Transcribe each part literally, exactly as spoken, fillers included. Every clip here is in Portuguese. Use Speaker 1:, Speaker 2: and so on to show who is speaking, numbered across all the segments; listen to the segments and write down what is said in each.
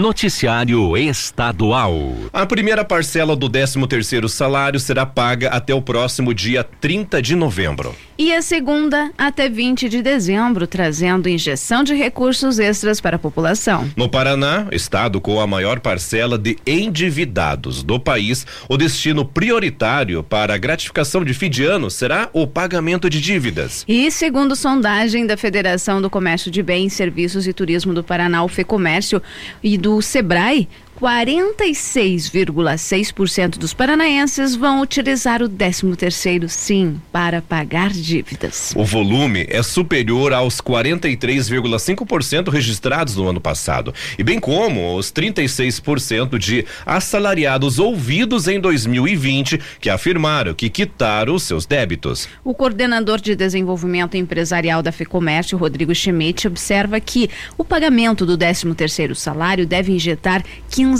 Speaker 1: Noticiário Estadual.
Speaker 2: A primeira parcela do décimo terceiro salário será paga até o próximo dia trinta de novembro.
Speaker 3: E a segunda até vinte de dezembro, trazendo injeção de recursos extras para a população.
Speaker 2: No Paraná, estado com a maior parcela de endividados do país, o destino prioritário para a gratificação de fim de ano será o pagamento de dívidas.
Speaker 3: E segundo sondagem da Federação do Comércio de Bens, Serviços e Turismo do Paraná, o FEComércio, e do Sebrae, quarenta e seis vírgula seis por cento dos paranaenses vão utilizar o décimo terceiro, sim, para pagar dívidas.
Speaker 2: O volume é superior aos quarenta e três vírgula cinco por cento registrados no ano passado, e bem como os trinta e seis por cento de assalariados ouvidos em dois mil e vinte que afirmaram que quitaram os seus débitos.
Speaker 3: O coordenador de desenvolvimento empresarial da FEComércio, Rodrigo Schmidt, observa que o pagamento do décimo terceiro salário deve injetar quinze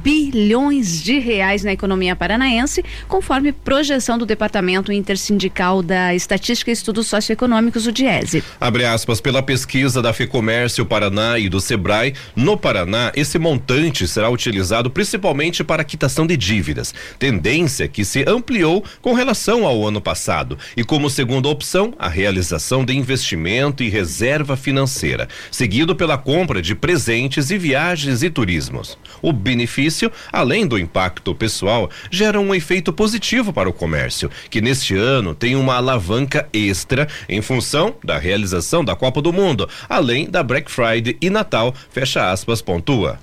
Speaker 3: bilhões de reais na economia paranaense, conforme projeção do Departamento Intersindical da Estatística e Estudos Socioeconômicos, o DIESE.
Speaker 2: Abre aspas, pela pesquisa da FEComércio Paraná e do Sebrae, no Paraná, esse montante será utilizado principalmente para a quitação de dívidas, tendência que se ampliou com relação ao ano passado, e como segunda opção, a realização de investimento e reserva financeira, seguido pela compra de presentes e viagens e turismos. O benefício, além do impacto pessoal, gera um efeito positivo para o comércio, que neste ano tem uma alavanca extra em função da realização da Copa do Mundo, além da Black Friday e Natal, fecha aspas, pontua.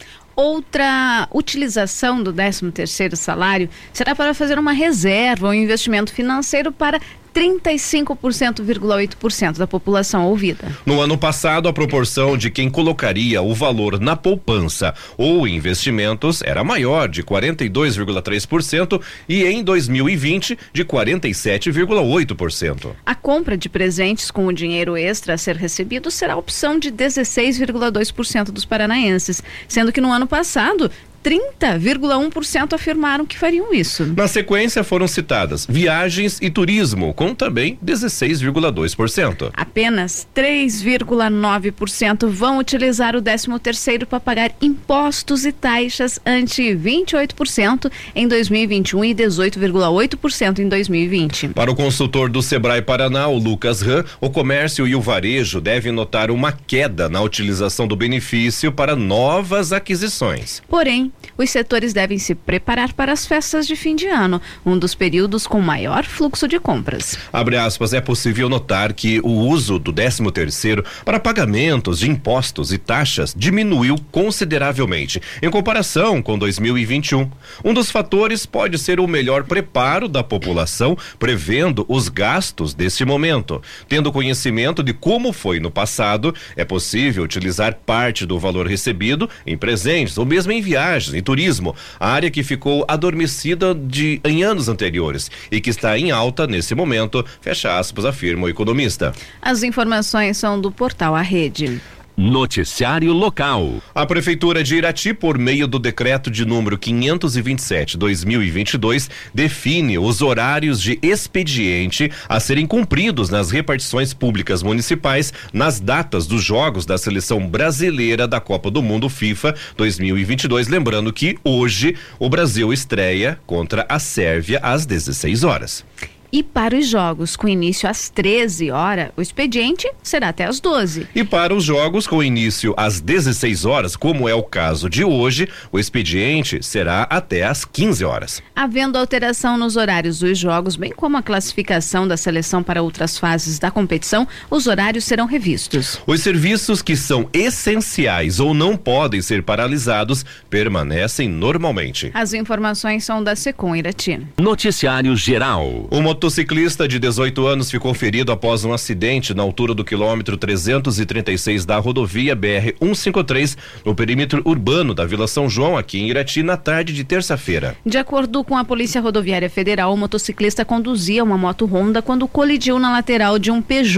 Speaker 3: Outra utilização do décimo terceiro salário será para fazer uma reserva ou investimento financeiro para trinta e cinco vírgula oito por cento da população ouvida.
Speaker 2: No ano passado, a proporção de quem colocaria o valor na poupança ou investimentos era maior, de quarenta e dois vírgula três por cento, e em dois mil e vinte, de quarenta e sete vírgula oito por cento.
Speaker 3: A compra de presentes com o dinheiro extra a ser recebido será a opção de dezesseis vírgula dois por cento dos paranaenses, sendo que no ano passado trinta vírgula um por cento afirmaram que fariam isso.
Speaker 2: Na sequência foram citadas viagens e turismo, com também dezesseis vírgula dois por cento.
Speaker 3: Apenas três vírgula nove por cento vão utilizar o décimo terceiro para pagar impostos e taxas, ante vinte e oito por cento em dois mil e vinte e um e dezoito vírgula oito por cento em dois mil e vinte.
Speaker 2: Para o consultor do Sebrae Paraná, o Lucas Ram, o comércio e o varejo devem notar uma queda na utilização do benefício para novas aquisições.
Speaker 3: Porém, os setores devem se preparar para as festas de fim de ano, um dos períodos com maior fluxo de compras.
Speaker 2: Abre aspas, é possível notar que o uso do décimo terceiro para pagamentos de impostos e taxas diminuiu consideravelmente em comparação com dois mil e vinte e um. Um dos fatores pode ser o melhor preparo da população, prevendo os gastos deste momento. Tendo conhecimento de como foi no passado, é possível utilizar parte do valor recebido em presentes ou mesmo em viagens e turismo, a área que ficou adormecida de, em anos anteriores e que está em alta nesse momento, fecha aspas, afirma o economista.
Speaker 3: As informações são do portal A Rede.
Speaker 1: Noticiário local.
Speaker 2: A Prefeitura de Irati, por meio do decreto de número quinhentos e vinte e sete, dois mil e vinte e dois, define os horários de expediente a serem cumpridos nas repartições públicas municipais nas datas dos jogos da Seleção Brasileira da Copa do Mundo FIFA dois mil e vinte e dois. Lembrando que hoje o Brasil estreia contra a Sérvia às dezesseis horas.
Speaker 3: E para os jogos com início às treze horas, o expediente será até às doze.
Speaker 2: E para os jogos com início às dezesseis horas, como é o caso de hoje, o expediente será até às quinze horas.
Speaker 3: Havendo alteração nos horários dos jogos, bem como a classificação da seleção para outras fases da competição, os horários serão revistos.
Speaker 2: Os serviços que são essenciais ou não podem ser paralisados permanecem normalmente.
Speaker 3: As informações são da Secom Irati.
Speaker 1: Noticiário geral.
Speaker 2: O motociclista de dezoito anos ficou ferido após um acidente na altura do quilômetro trezentos e trinta e seis da rodovia B R cento e cinquenta e três, no perímetro urbano da Vila São João, aqui em Irati, na tarde de terça-feira.
Speaker 3: De acordo com a Polícia Rodoviária Federal, o motociclista conduzia uma moto Honda quando colidiu na lateral de um Peugeot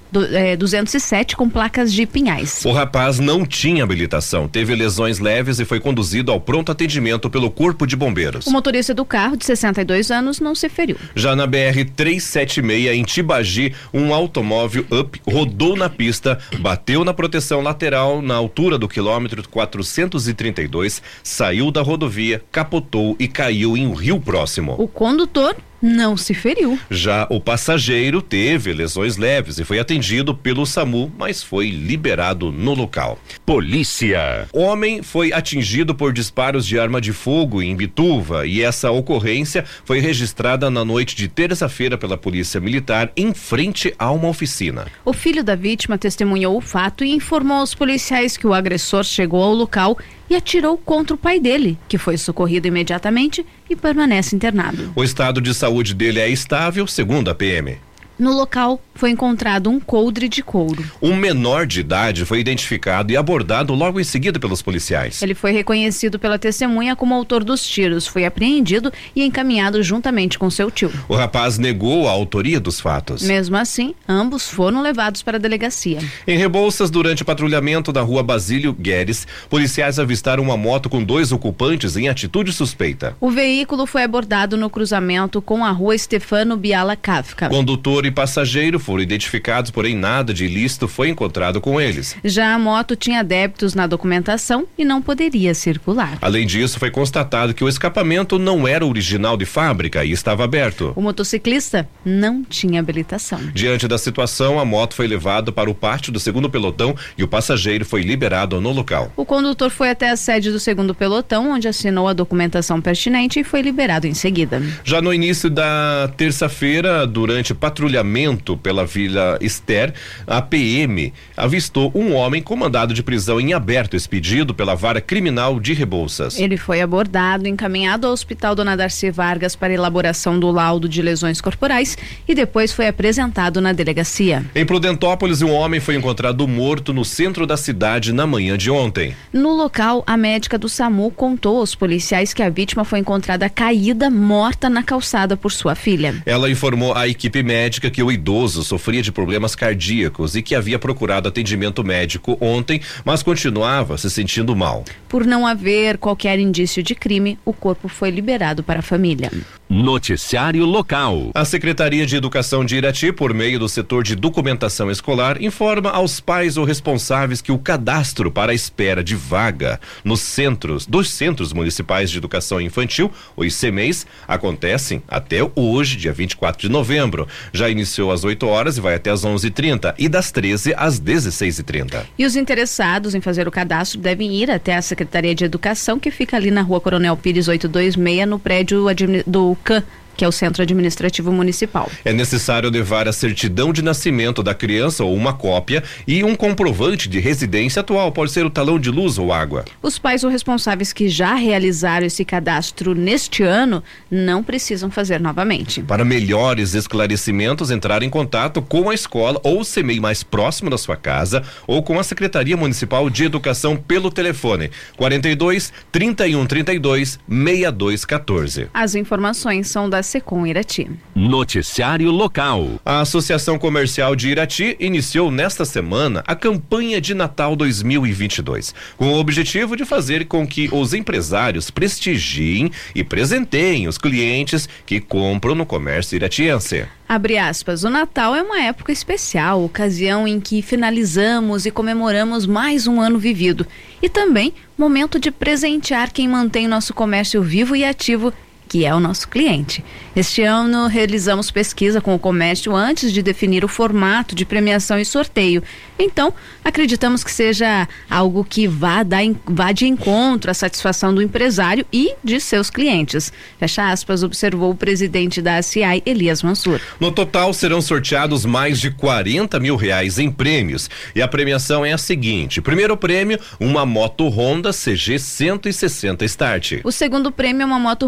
Speaker 3: do, é, duzentos e sete com placas de Pinhais.
Speaker 2: O rapaz não tinha habilitação, teve lesões leves e foi conduzido ao pronto atendimento pelo Corpo de Bombeiros.
Speaker 3: O motorista do carro, de sessenta e dois anos, não se feriu.
Speaker 2: Já na B R trezentos e setenta e seis, em Tibagi, um automóvel Up rodou na pista, bateu na proteção lateral na altura do quilômetro quatrocentos e trinta e dois, saiu da rodovia, capotou e caiu em um rio próximo.
Speaker 3: O condutor não se feriu.
Speaker 2: Já o passageiro teve lesões leves e foi atendido pelo SAMU, mas foi liberado no local.
Speaker 1: Polícia.
Speaker 2: Homem foi atingido por disparos de arma de fogo em Imbituva e essa ocorrência foi registrada na noite de terça-feira pela Polícia Militar em frente a uma oficina.
Speaker 3: O filho da vítima testemunhou o fato e informou aos policiais que o agressor chegou ao local e atirou contra o pai dele, que foi socorrido imediatamente e permanece internado.
Speaker 2: O estado de saúde dele é estável, segundo a P M.
Speaker 3: No local foi encontrado um coldre de couro.
Speaker 2: Um menor de idade foi identificado e abordado logo em seguida pelos policiais.
Speaker 3: Ele foi reconhecido pela testemunha como autor dos tiros, foi apreendido e encaminhado juntamente com seu tio.
Speaker 2: O rapaz negou a autoria dos fatos.
Speaker 3: Mesmo assim, ambos foram levados para a delegacia.
Speaker 2: Em Rebouças, durante o patrulhamento da rua Basílio Guedes, policiais avistaram uma moto com dois ocupantes em atitude suspeita.
Speaker 3: O veículo foi abordado no cruzamento com a rua Stefano Biala Kafka.
Speaker 2: Condutor e passageiro foram identificados, porém nada de ilícito foi encontrado com eles.
Speaker 3: Já a moto tinha débitos na documentação e não poderia circular.
Speaker 2: Além disso, foi constatado que o escapamento não era original de fábrica e estava aberto.
Speaker 3: O motociclista não tinha habilitação.
Speaker 2: Diante da situação, a moto foi levada para o pátio do segundo pelotão e o passageiro foi liberado no local.
Speaker 3: O condutor foi até a sede do segundo pelotão, onde assinou a documentação pertinente e foi liberado em seguida.
Speaker 2: Já no início da terça-feira, durante patrulhamento pela Vila Ester, a P M avistou um homem com mandado de prisão em aberto expedido pela Vara Criminal de Rebouças.
Speaker 3: Ele foi abordado, encaminhado ao Hospital Dona Darcy Vargas para elaboração do laudo de lesões corporais e depois foi apresentado na delegacia.
Speaker 2: Em Prudentópolis, um homem foi encontrado morto no centro da cidade na manhã de ontem.
Speaker 3: No local, a médica do SAMU contou aos policiais que a vítima foi encontrada caída, morta na calçada por sua filha.
Speaker 2: Ela informou à equipe médica que o idoso sofria de problemas cardíacos e que havia procurado atendimento médico ontem, mas continuava se sentindo mal.
Speaker 3: Por não haver qualquer indício de crime, o corpo foi liberado para a família.
Speaker 1: Noticiário local.
Speaker 2: A Secretaria de Educação de Irati, por meio do setor de documentação escolar, informa aos pais ou responsáveis que o cadastro para a espera de vaga nos centros, dos Centros Municipais de Educação Infantil, os C M E Is, acontecem até hoje, dia vinte e quatro de novembro. Já iniciou às oito horas e vai até às onze e trinta e das treze às dezesseis e trinta.
Speaker 3: E os interessados em fazer o cadastro devem ir até a Secretaria de Educação, que fica ali na Rua Coronel Pires oitocentos e vinte e seis, no prédio do C A M, que é o Centro Administrativo Municipal.
Speaker 2: É necessário levar a certidão de nascimento da criança ou uma cópia e um comprovante de residência atual, pode ser o talão de luz ou água.
Speaker 3: Os pais ou responsáveis que já realizaram esse cadastro neste ano não precisam fazer novamente.
Speaker 2: Para melhores esclarecimentos, entrar em contato com a escola ou o C M E I mais próximo da sua casa ou com a Secretaria Municipal de Educação pelo telefone quarenta e dois, trinta e um, trinta e dois, sessenta e dois, quatorze.
Speaker 3: As informações são da Secom Irati.
Speaker 1: Noticiário local.
Speaker 2: A Associação Comercial de Irati iniciou nesta semana a campanha de Natal dois mil e vinte e dois, com o objetivo de fazer com que os empresários prestigiem e presenteiem os clientes que compram no comércio iratiense.
Speaker 3: Abre aspas, o Natal é uma época especial, ocasião em que finalizamos e comemoramos mais um ano vivido. E também momento de presentear quem mantém nosso comércio vivo e ativo, que é o nosso cliente. Este ano realizamos pesquisa com o comércio antes de definir o formato de premiação e sorteio. Então, acreditamos que seja algo que vá, dar, vá de encontro à satisfação do empresário e de seus clientes. Fecha aspas, observou o presidente da A C I, Elias Mansur.
Speaker 2: No total, serão sorteados mais de quarenta mil reais em prêmios. E a premiação é a seguinte: primeiro prêmio, uma moto Honda C G cento e sessenta Start.
Speaker 3: O segundo prêmio é uma moto Honda Elite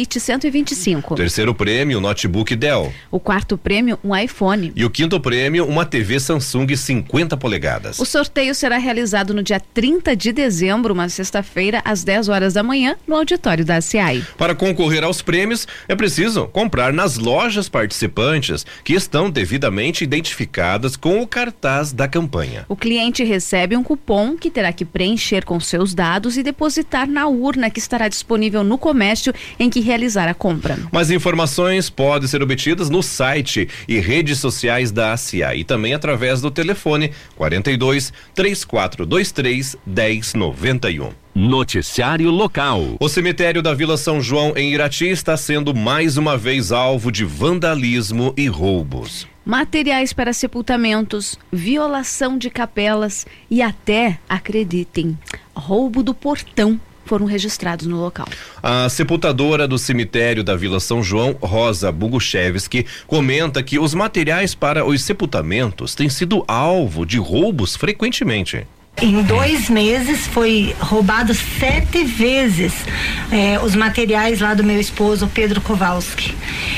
Speaker 3: Fit cento e vinte e cinco.
Speaker 2: Terceiro prêmio, notebook Dell.
Speaker 3: O quarto prêmio, um iPhone.
Speaker 2: E o quinto prêmio, uma T V Samsung cinquenta polegadas.
Speaker 3: O sorteio será realizado no dia trinta de dezembro, uma sexta-feira, às dez horas da manhã, no auditório da A C A I.
Speaker 2: Para concorrer aos prêmios, é preciso comprar nas lojas participantes, que estão devidamente identificadas com o cartaz da campanha.
Speaker 3: O cliente recebe um cupom que terá que preencher com seus dados e depositar na urna que estará disponível no comércio em que realizar a compra.
Speaker 2: Mais informações podem ser obtidas no site e redes sociais da A C A e também através do telefone quarenta e dois, três quatro dois três, dez noventa e um.
Speaker 1: Noticiário local.
Speaker 2: O cemitério da Vila São João, em Irati, está sendo mais uma vez alvo de vandalismo e roubos.
Speaker 3: Materiais para sepultamentos, violação de capelas e até, acreditem, roubo do portão foram registrados no local.
Speaker 2: A sepultadora do cemitério da Vila São João, Rosa Buguchevski, comenta que os materiais para os sepultamentos têm sido alvo de roubos frequentemente.
Speaker 4: Em dois meses foi roubado sete vezes eh, os materiais lá do meu esposo, Pedro Kowalski.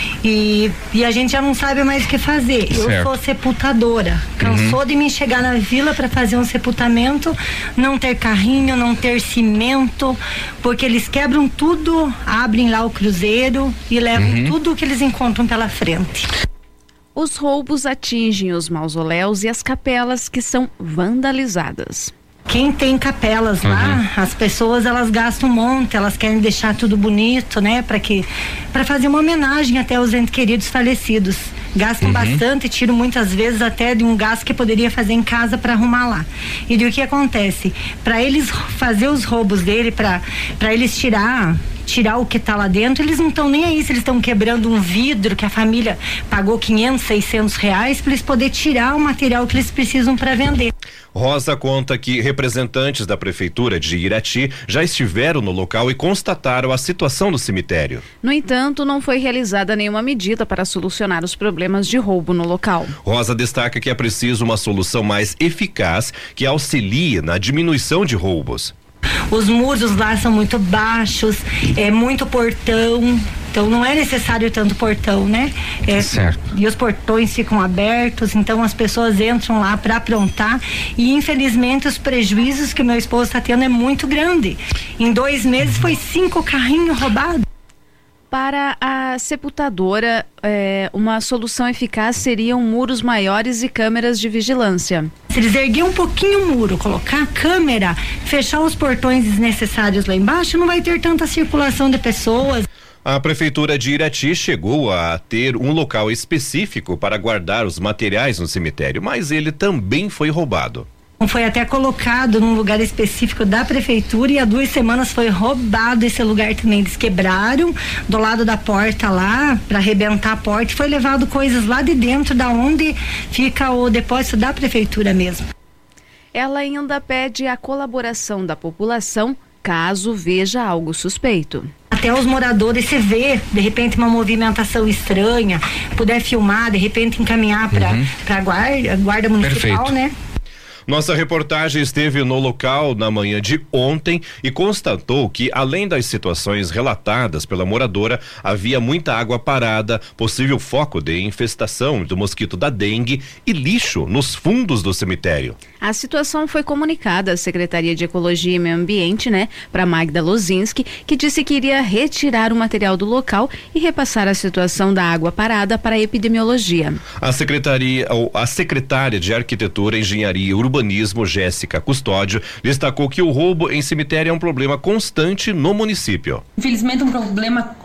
Speaker 4: E, e a gente já não sabe mais o que fazer. Certo. Eu sou sepultadora. Cansou uhum. de me chegar na vila para fazer um sepultamento, não ter carrinho, não ter cimento, porque eles quebram tudo, abrem lá o cruzeiro e levam uhum. tudo o que eles encontram pela frente.
Speaker 3: Os roubos atingem os mausoléus e as capelas que são vandalizadas.
Speaker 4: Quem tem capelas uhum. lá, as pessoas elas gastam um monte, elas querem deixar tudo bonito, né, para que para fazer uma homenagem até aos entes queridos falecidos. Gastam uhum. bastante, tiram muitas vezes até de um gasto que poderia fazer em casa para arrumar lá. E do que acontece? Para eles fazer os roubos dele, para para eles tirar tirar o que está lá dentro, eles não estão nem aí se eles estão quebrando um vidro que a família pagou quinhentos, seiscentos reais para eles poder tirar o material que eles precisam para vender.
Speaker 2: Rosa conta que representantes da prefeitura de Irati já estiveram no local e constataram a situação do cemitério.
Speaker 3: No entanto, não foi realizada nenhuma medida para solucionar os problemas de roubo no local.
Speaker 2: Rosa destaca que é preciso uma solução mais eficaz que auxilie na diminuição de roubos.
Speaker 4: Os muros lá são muito baixos, é muito portão, então não é necessário tanto portão, né? É, certo. E os portões ficam abertos, então as pessoas entram lá para aprontar e infelizmente os prejuízos que meu esposo está tendo é muito grande. Em dois meses foi cinco carrinhos roubados.
Speaker 3: Para a sepultadora, é, uma solução eficaz seriam muros maiores e câmeras de vigilância.
Speaker 4: Se eles erguerem um pouquinho o muro, colocar a câmera, fechar os portões desnecessários lá embaixo, não vai ter tanta circulação de pessoas.
Speaker 2: A prefeitura de Irati chegou a ter um local específico para guardar os materiais no cemitério, mas ele também foi roubado.
Speaker 4: Foi até colocado num lugar específico da prefeitura e há duas semanas foi roubado esse lugar também. Eles quebraram do lado da porta lá para arrebentar a porta e foi levado coisas lá de dentro da onde fica o depósito da prefeitura mesmo.
Speaker 3: Ela ainda pede a colaboração da população caso veja algo suspeito.
Speaker 4: Até os moradores, se vê de repente uma movimentação estranha, puder filmar, de repente encaminhar para uhum. para guarda, guarda municipal, Perfeito. Né?
Speaker 2: Nossa reportagem esteve no local na manhã de ontem e constatou que, além das situações relatadas pela moradora, havia muita água parada, possível foco de infestação do mosquito da dengue e lixo nos fundos do cemitério.
Speaker 3: A situação foi comunicada à Secretaria de Ecologia e Meio Ambiente, né, para Magda Lozinski, que disse que iria retirar o material do local e repassar a situação da água parada para a epidemiologia.
Speaker 2: A secretaria, a secretária de Arquitetura, Engenharia e Urbanismo, Jéssica Custódio, destacou que o roubo em cemitério é um problema constante no município.
Speaker 5: Infelizmente, um problema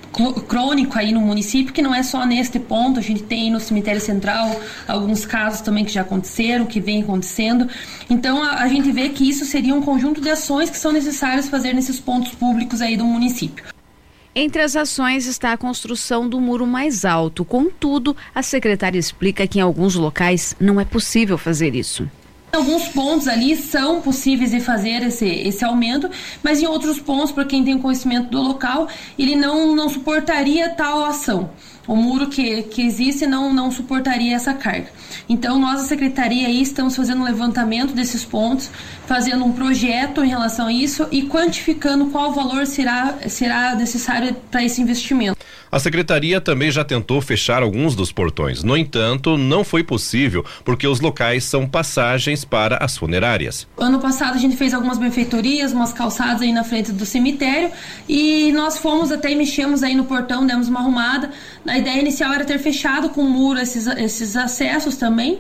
Speaker 5: crônico aí no município, que não é só neste ponto, a gente tem no cemitério central alguns casos também que já aconteceram, que vem acontecendo, então a, a gente vê que isso seria um conjunto de ações que são necessárias fazer nesses pontos públicos aí do município.
Speaker 3: Entre as ações está a construção do muro mais alto, contudo, a secretária explica que em alguns locais não é possível fazer isso.
Speaker 5: Alguns pontos ali são possíveis de fazer esse, esse aumento, mas em outros pontos, para quem tem conhecimento do local, ele não, não suportaria tal ação. o muro que, que existe não, não suportaria essa carga. Então, nós, a Secretaria, aí, estamos fazendo um levantamento desses pontos, fazendo um projeto em relação a isso e quantificando qual valor será, será necessário para esse investimento.
Speaker 2: A Secretaria também já tentou fechar alguns dos portões. No entanto, não foi possível porque os locais são passagens para as funerárias.
Speaker 5: Ano passado a gente fez algumas benfeitorias, umas calçadas aí na frente do cemitério e nós fomos até e mexemos aí no portão, demos uma arrumada. A ideia inicial era ter fechado com muro esses, esses acessos também,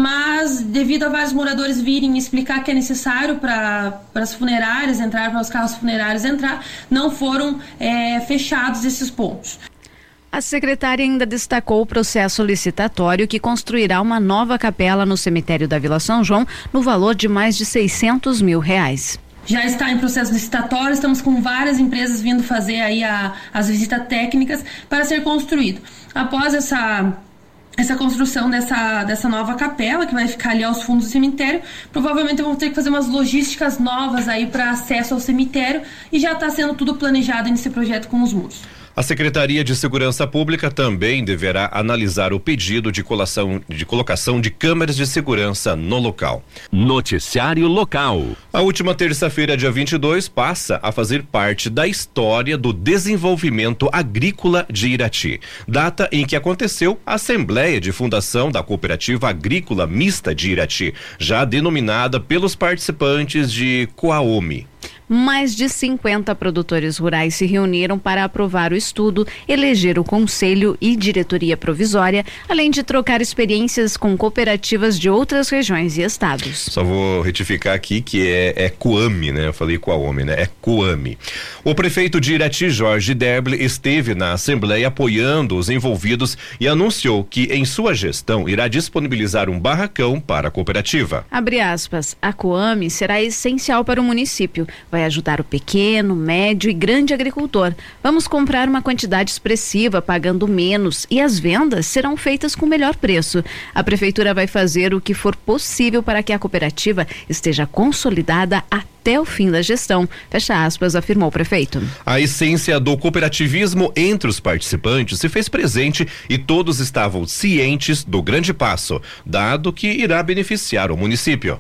Speaker 5: mas devido a vários moradores virem explicar que é necessário para as funerárias entrar, para os carros funerários entrar, não foram é, fechados esses pontos.
Speaker 3: A secretária ainda destacou o processo licitatório que construirá uma nova capela no cemitério da Vila São João no valor de mais de seiscentos mil reais.
Speaker 5: Já está em processo licitatório, estamos com várias empresas vindo fazer aí a, as visitas técnicas para ser construído. Após essa... essa construção dessa, dessa nova capela, que vai ficar ali aos fundos do cemitério, provavelmente vamos ter que fazer umas logísticas novas aí para acesso ao cemitério e já está sendo tudo planejado nesse projeto com os muros.
Speaker 2: A Secretaria de Segurança Pública também deverá analisar o pedido de colocação, de colocação de câmeras de segurança no local.
Speaker 1: Noticiário local.
Speaker 2: A última terça-feira, dia vinte e dois, passa a fazer parte da história do desenvolvimento agrícola de Irati, data em que aconteceu a Assembleia de Fundação da Cooperativa Agrícola Mista de Irati, já denominada pelos participantes de COAOMI.
Speaker 3: Mais de cinquenta produtores rurais se reuniram para aprovar o estudo, eleger o conselho e diretoria provisória, além de trocar experiências com cooperativas de outras regiões e estados.
Speaker 2: Só vou retificar aqui que é, é COAMI, né? Eu falei COAOMI, né? É COAMI. O prefeito de Irati, Jorge Derble, esteve na Assembleia apoiando os envolvidos e anunciou que em sua gestão irá disponibilizar um barracão para a cooperativa.
Speaker 3: Abre aspas, a COAMI será essencial para o município. Vai ajudar o pequeno, médio e grande agricultor. Vamos comprar uma quantidade expressiva, pagando menos, e as vendas serão feitas com melhor preço. A prefeitura vai fazer o que for possível para que a cooperativa esteja consolidada até o fim da gestão. Fecha aspas, afirmou o prefeito.
Speaker 2: A essência do cooperativismo entre os participantes se fez presente e todos estavam cientes do grande passo, dado que irá beneficiar o município,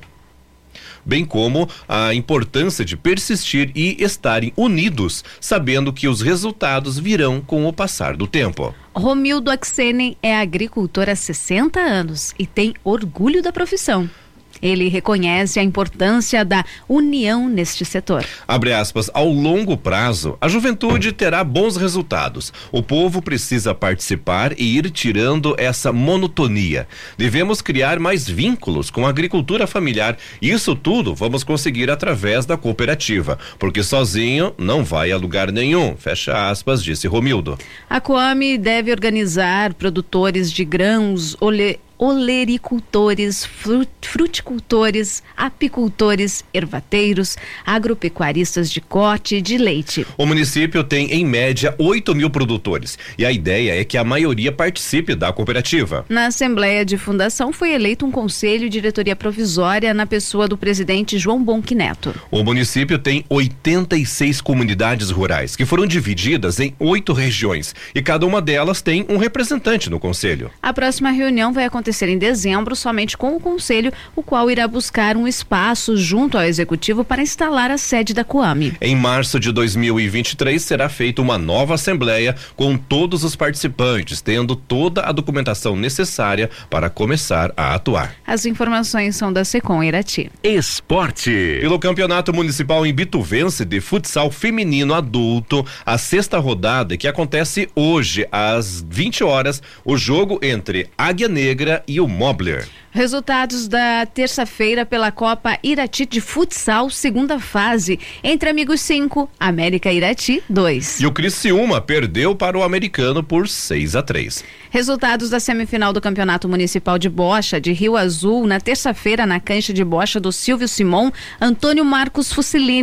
Speaker 2: bem como a importância de persistir e estarem unidos, sabendo que os resultados virão com o passar do tempo.
Speaker 3: Romildo Axenen é agricultor há sessenta anos e tem orgulho da profissão. Ele reconhece a importância da união neste setor.
Speaker 2: Abre aspas, ao longo prazo, a juventude terá bons resultados. O povo precisa participar e ir tirando essa monotonia. Devemos criar mais vínculos com a agricultura familiar. Isso tudo vamos conseguir através da cooperativa, porque sozinho não vai a lugar nenhum. Fecha aspas, disse Romildo.
Speaker 3: A COAMI deve organizar produtores de grãos, ole... olericultores, fruticultores, apicultores, ervateiros, agropecuaristas de corte e de leite.
Speaker 2: O município tem, em média, oito mil produtores e a ideia é que a maioria participe da cooperativa.
Speaker 3: Na Assembleia de Fundação foi eleito um conselho e diretoria provisória na pessoa do presidente João Bonque Neto.
Speaker 2: O município tem oitenta e seis comunidades rurais que foram divididas em oito regiões e cada uma delas tem um representante no conselho.
Speaker 3: A próxima reunião vai acontecer ser em dezembro, somente com o conselho, o qual irá buscar um espaço junto ao executivo para instalar a sede da COAMI.
Speaker 2: Em março de dois mil e vinte e três será feita uma nova assembleia com todos os participantes, tendo toda a documentação necessária para começar a atuar.
Speaker 3: As informações são da Secom Irati.
Speaker 1: Esporte.
Speaker 2: Pelo Campeonato Municipal em Bituvense de Futsal Feminino Adulto, a sexta rodada que acontece hoje às vinte horas, o jogo entre Águia Negra e o Mobler.
Speaker 3: Resultados da terça-feira pela Copa Irati de Futsal, segunda fase. Entre Amigos cinco, América Irati dois.
Speaker 2: E o Criciúma perdeu para o Americano por seis a três.
Speaker 3: Resultados da semifinal do Campeonato Municipal de Bocha de Rio Azul, na terça-feira, na cancha de bocha do Silvio Simon, Antônio Marcos Fusilini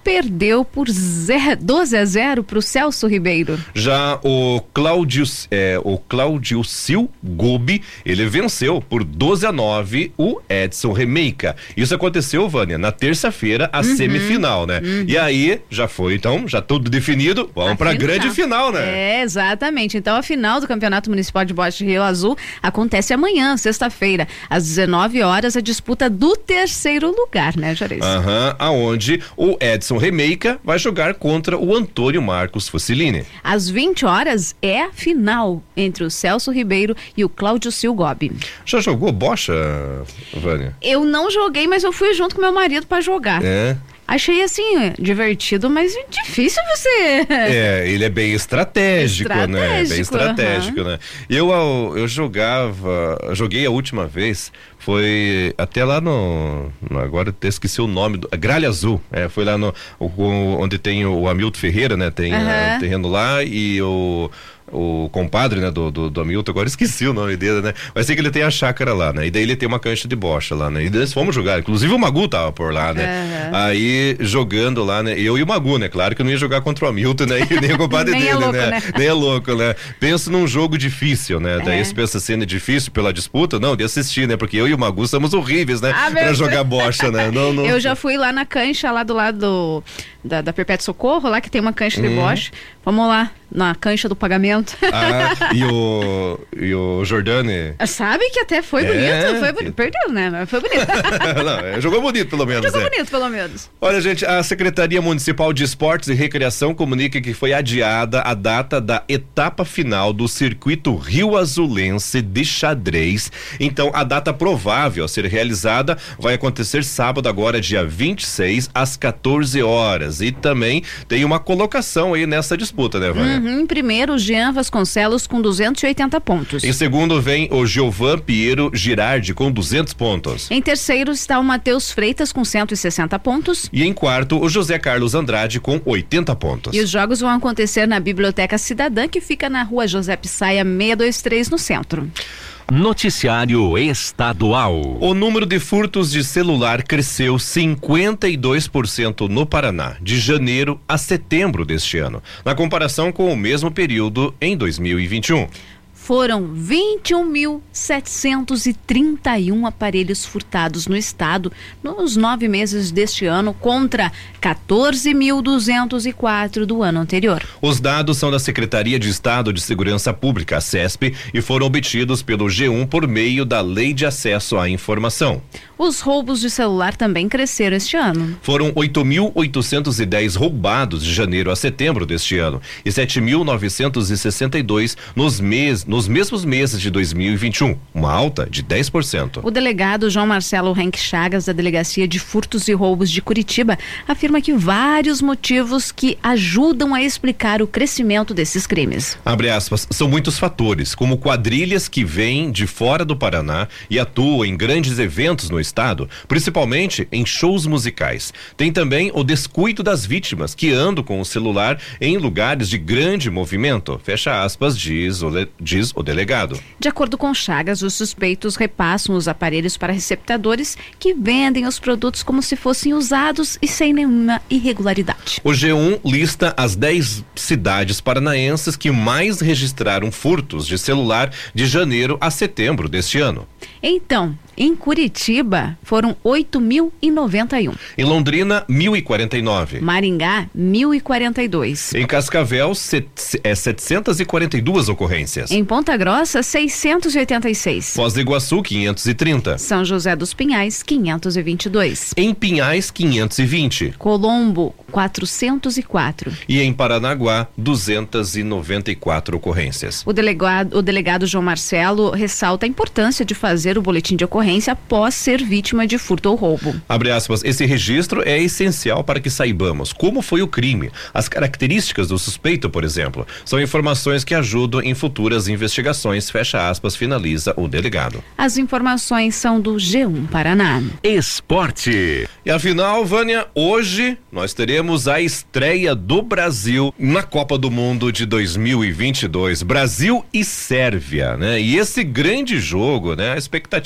Speaker 3: perdeu por doze a zero para o Celso Ribeiro.
Speaker 2: Já o Cláudio, é, o Cláudio Sil Gobi, ele venceu por doze a nove o Edson Remeika. Isso aconteceu, Vânia, na terça-feira, a uhum, semifinal, né? Uhum. E aí, já foi, então, já tudo definido, vamos para a grande final, né?
Speaker 3: É, exatamente. Então, a final do Campeonato Municipal de Bote Rio Azul acontece amanhã, sexta-feira, às dezenove horas, a disputa do terceiro lugar, né, Juarez?
Speaker 2: Aham, uhum, aonde o Edson Remeika vai jogar contra o Antônio Marcos Fossilini.
Speaker 3: Às vinte horas é a final entre o Celso Ribeiro e o Cláudio Sil Gobi.
Speaker 2: Já jogou bocha, Vânia?
Speaker 3: Eu não joguei, mas eu fui junto com meu marido para jogar.
Speaker 2: É.
Speaker 3: Achei assim, divertido, mas difícil você.
Speaker 2: É, ele é bem estratégico,
Speaker 3: estratégico
Speaker 2: né? Bem estratégico,
Speaker 3: uhum.
Speaker 2: né? Eu, eu jogava, joguei a última vez, foi até lá no, no agora até esqueci o nome, do, Gralha Azul, é, foi lá no, o, onde tem o Hamilton Ferreira, né? Tem uhum. o terreno lá e o o compadre, né, do, do, do Hamilton, agora esqueci o nome dele, né, mas sei que ele tem a chácara lá, né, e daí ele tem uma cancha de bocha lá, né, e nós fomos jogar, inclusive o Magu tava por lá, né, uhum. aí jogando lá, né, eu e o Magu, né, claro que eu não ia jogar contra o Hamilton, né, e nem o compadre
Speaker 3: nem
Speaker 2: dele,
Speaker 3: é louco,
Speaker 2: né?
Speaker 3: né,
Speaker 2: nem é louco, né, penso num jogo difícil, né, daí é. Você pensa sendo difícil pela disputa, não, de assistir, né, porque eu e o Magu somos horríveis, né, ah, pra jogar bocha, né, não, não...
Speaker 3: Eu já fui lá na cancha, lá do lado do, da, da Perpétuo Socorro, lá que tem uma cancha de hum. bocha, vamos lá, na cancha do pagamento.
Speaker 2: Ah, e o, e o Jordane.
Speaker 3: Sabe que até foi bonito, é, foi bonito. Perdeu, né? Mas foi bonito.
Speaker 2: Não, jogou bonito, pelo menos.
Speaker 3: Jogou
Speaker 2: é.
Speaker 3: bonito, pelo menos.
Speaker 2: Olha, gente, a Secretaria Municipal de Esportes e Recreação comunica que foi adiada a data da etapa final do circuito Rio Azulense de xadrez. Então, a data provável a ser realizada vai acontecer sábado, agora, dia vinte e seis, às quatorze horas. E também tem uma colocação aí nessa disputa, né, Vânia?
Speaker 3: Uhum, em primeiro, Jean Vasconcelos com duzentos e oitenta pontos.
Speaker 2: Em segundo vem o Giovan Piero Girardi com duzentos pontos.
Speaker 3: Em terceiro está o Matheus Freitas com cento e sessenta pontos.
Speaker 2: E em quarto, o José Carlos Andrade com oitenta pontos.
Speaker 3: E os jogos vão acontecer na Biblioteca Cidadã, que fica na rua José Pissaia seiscentos e vinte e três, no centro.
Speaker 1: Noticiário Estadual.
Speaker 2: O número de furtos de celular cresceu cinquenta e dois por cento no Paraná, de janeiro a setembro deste ano, na comparação com o mesmo período em dois mil e vinte e um.
Speaker 3: Foram vinte e um mil setecentos e trinta e um aparelhos furtados no estado nos nove meses deste ano, contra quatorze mil duzentos e quatro do ano anterior.
Speaker 2: Os dados são da Secretaria de Estado de Segurança Pública, a SESP, e foram obtidos pelo G um por meio da Lei de Acesso à Informação.
Speaker 3: Os roubos de celular também cresceram este ano.
Speaker 2: Foram oito mil oitocentos e dez roubados de janeiro a setembro deste ano e sete mil novecentos e sessenta e dois nos meses nos mesmos meses de dois mil e vinte e um, uma alta de dez por cento.
Speaker 3: O delegado João Marcelo Renck Chagas, da Delegacia de Furtos e Roubos de Curitiba, afirma que vários motivos que ajudam a explicar o crescimento desses crimes.
Speaker 2: Abre aspas, são muitos fatores, como quadrilhas que vêm de fora do Paraná e atuam em grandes eventos no estado, principalmente em shows musicais. Tem também o descuido das vítimas, que andam com o celular em lugares de grande movimento, fecha aspas, diz o, diz o delegado.
Speaker 3: De acordo com Chagas, os suspeitos repassam os aparelhos para receptadores que vendem os produtos como se fossem usados e sem nenhuma irregularidade.
Speaker 2: O G um lista as dez cidades paranaenses que mais registraram furtos de celular de janeiro a setembro deste ano.
Speaker 3: Então, em Curitiba, foram oito mil e noventa e um.
Speaker 2: Em Londrina, mil e quarenta e nove.
Speaker 3: Maringá, mil e quarenta e dois.
Speaker 2: Em Cascavel, set, é, setecentas e quarenta e duas ocorrências.
Speaker 3: Em Ponta Grossa, seiscentos e oitenta e seis.
Speaker 2: Foz do Iguaçu, quinhentos e trinta.
Speaker 3: São José dos Pinhais, quinhentos e vinte e dois.
Speaker 2: Em Pinhais, quinhentos e vinte.
Speaker 3: Colombo, quatrocentos e quatro.
Speaker 2: E em Paranaguá, duzentas e noventa e quatro ocorrências.
Speaker 3: O delegado, o delegado João Marcelo ressalta a importância de fazer o boletim de ocorrência após ser vítima de furto ou roubo.
Speaker 2: Abre aspas, esse registro é essencial para que saibamos como foi o crime, as características do suspeito, por exemplo. São informações que ajudam em futuras investigações, fecha aspas, finaliza o delegado.
Speaker 3: As informações são do G um Paraná.
Speaker 1: Esporte.
Speaker 2: E afinal, Vânia, hoje nós teremos a estreia do Brasil na Copa do Mundo de dois mil e vinte e dois, Brasil e Sérvia, né? E esse grande jogo, né? A expectativa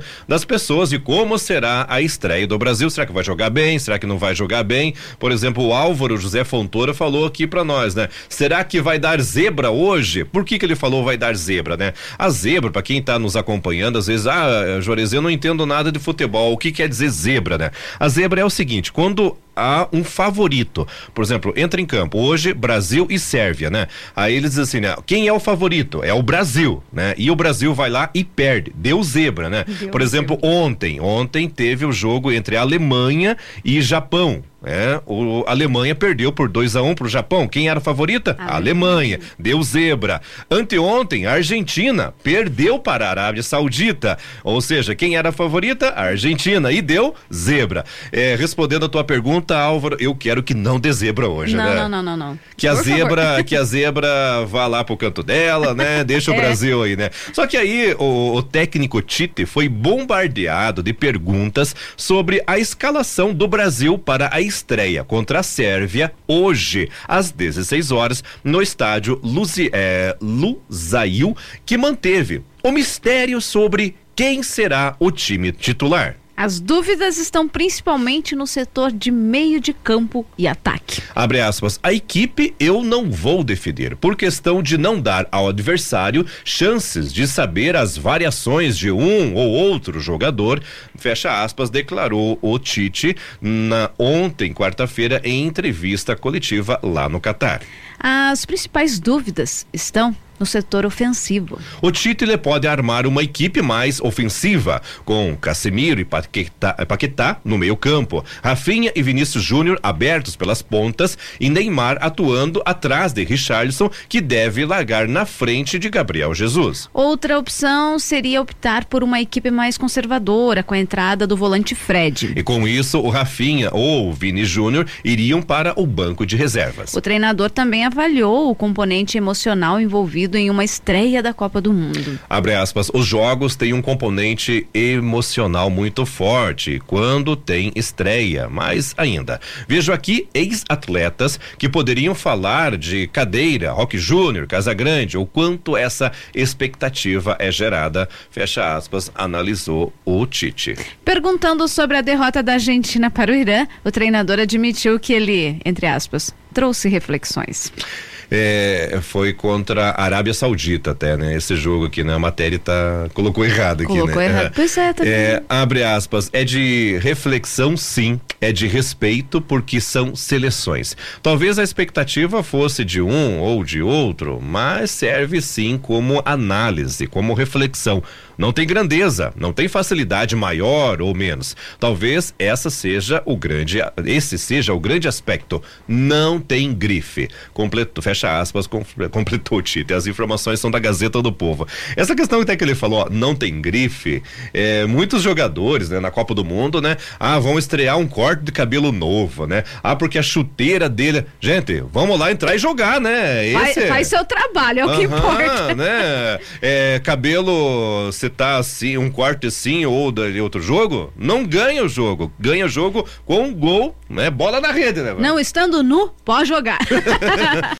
Speaker 2: das pessoas de como será a estreia do Brasil. Será que vai jogar bem? Será que não vai jogar bem? Por exemplo, o Álvaro José Fontoura falou aqui pra nós, né? Será que vai dar zebra hoje? Por que que ele falou vai dar zebra, né? A zebra, pra quem tá nos acompanhando, às vezes, ah, Juarez, eu não entendo nada de futebol. O que quer dizer zebra, né? A zebra é o seguinte, quando há um favorito, por exemplo, entra em campo hoje Brasil e Sérvia, né? Aí eles dizem assim, né? Quem é o favorito? É o Brasil, né? E o Brasil vai lá e perde, deu zebra, né? Deu por exemplo, zebra. ontem, ontem teve o jogo entre a Alemanha e Japão. É, o, a Alemanha perdeu por dois a um pro Japão. Quem era a favorita? A, a Alemanha. Alemanha. Deu zebra. Anteontem, a Argentina perdeu para a Arábia Saudita. Ou seja, quem era a favorita? A Argentina. E deu zebra. É, respondendo a tua pergunta, Álvaro, eu quero que não dê zebra hoje,
Speaker 3: não,
Speaker 2: né?
Speaker 3: Não, não, não, não.
Speaker 2: Que a
Speaker 3: por
Speaker 2: zebra,
Speaker 3: favor.
Speaker 2: que a zebra vá lá pro canto dela, né? Deixa o é. Brasil aí, né? Só que aí o, o técnico Tite foi bombardeado de perguntas sobre a escalação do Brasil para a estreia contra a Sérvia hoje às dezesseis horas no estádio Luzi, é, Lusail, que manteve o mistério sobre quem será o time titular.
Speaker 3: As dúvidas estão principalmente no setor de meio de campo e ataque.
Speaker 2: Abre aspas, a equipe eu não vou definir, por questão de não dar ao adversário chances de saber as variações de um ou outro jogador, fecha aspas, declarou o Tite na, ontem, quarta-feira, em entrevista coletiva lá no Catar.
Speaker 3: As principais dúvidas estão no setor ofensivo.
Speaker 2: O Tite ele pode armar uma equipe mais ofensiva, com Casemiro e Paquetá, Paquetá no meio campo, Rafinha e Vinícius Júnior abertos pelas pontas e Neymar atuando atrás de Richarlison, que deve largar na frente de Gabriel Jesus.
Speaker 3: Outra opção seria optar por uma equipe mais conservadora, com a entrada do volante Fred.
Speaker 2: E com isso, o Rafinha ou o Vini Júnior iriam para o banco de reservas.
Speaker 3: O treinador também avaliou o componente emocional envolvido em uma estreia da Copa do Mundo.
Speaker 2: Abre aspas, os jogos têm um componente emocional muito forte quando tem estreia, mais ainda. Vejo aqui ex-atletas que poderiam falar de Cadeira, Roque Júnior, Casagrande, o quanto essa expectativa é gerada, fecha aspas, analisou o Tite.
Speaker 3: Perguntando sobre a derrota da Argentina para o Irã, o treinador admitiu que ele, entre aspas, trouxe reflexões.
Speaker 2: É, foi contra a Arábia Saudita até, né? Esse jogo aqui na matéria tá, colocou errado aqui,
Speaker 3: colocou
Speaker 2: né?
Speaker 3: errado,
Speaker 2: é,
Speaker 3: pois é, também.
Speaker 2: É, abre aspas, é de reflexão sim, é de respeito porque são seleções. Talvez a expectativa fosse de um ou de outro, mas serve sim como análise, como reflexão. Não tem grandeza, não tem facilidade maior ou menos. Talvez essa seja o grande, esse seja o grande aspecto. Não tem grife. Completo, fecha aspas, completou o Tite. As informações são da Gazeta do Povo. Essa questão até que ele falou, ó, não tem grife, é, muitos jogadores, né, na Copa do Mundo, né, ah, vão estrear um corte de cabelo novo, né, ah, porque a chuteira dele, gente, vamos lá entrar e jogar, né, esse
Speaker 3: faz, faz seu trabalho, é o que
Speaker 2: uh-huh,
Speaker 3: importa,
Speaker 2: né, é, cabelo, você tá assim, um corte assim ou de outro jogo, não ganha o jogo, ganha o jogo com um gol, né, bola na rede, né?
Speaker 3: Não estando nu, pode jogar.